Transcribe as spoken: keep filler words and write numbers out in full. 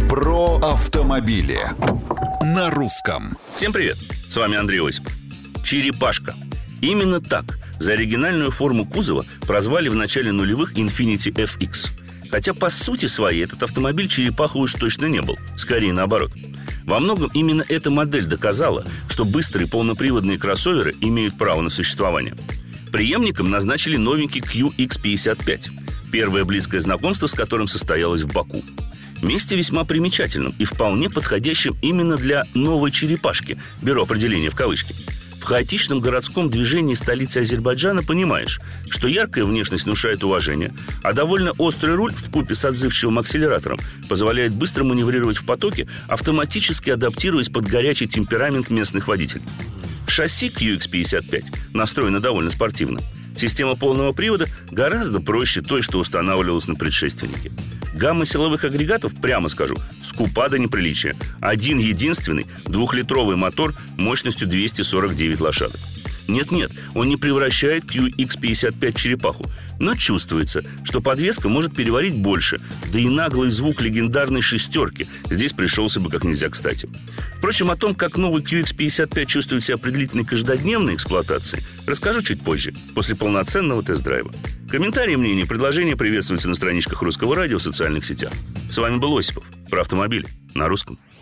Про автомобили на русском. Всем привет, с вами Андрей Осипов. Черепашка. Именно так за оригинальную форму кузова прозвали в начале нулевых Infiniti эф икс. Хотя по сути своей этот автомобиль черепахой уж точно не был, скорее наоборот. Во многом именно эта модель доказала, что быстрые полноприводные кроссоверы имеют право на существование. Преемником назначили новенький кью икс пятьдесят пять, первое близкое знакомство с которым состоялось в Баку. Месте весьма примечательным и вполне подходящим именно для новой черепашки, беру определение в кавычки. В хаотичном городском движении столицы Азербайджана понимаешь, что яркая внешность внушает уважение, а довольно острый руль вкупе с отзывчивым акселератором позволяет быстро маневрировать в потоке, автоматически адаптируясь под горячий темперамент местных водителей. Шасси кью икс пятьдесят пять настроено довольно спортивно. Система полного привода гораздо проще той, что устанавливалась на предшественнике. Гамма силовых агрегатов, прямо скажу, скупа до неприличия. Один единственный двухлитровый мотор мощностью двести сорок девять лошадок. Нет-нет, он не превращает кью икс пятьдесят пять в черепаху, но чувствуется, что подвеска может переварить больше, да и наглый звук легендарной шестерки здесь пришелся бы как нельзя кстати. Впрочем, о том, как новый кью икс пятьдесят пять чувствует себя при длительной каждодневной эксплуатации, расскажу чуть позже, после полноценного тест-драйва. Комментарии, мнения и предложения приветствуются на страничках Русского радио в социальных сетях. С вами был Осипов. Про автомобили на русском.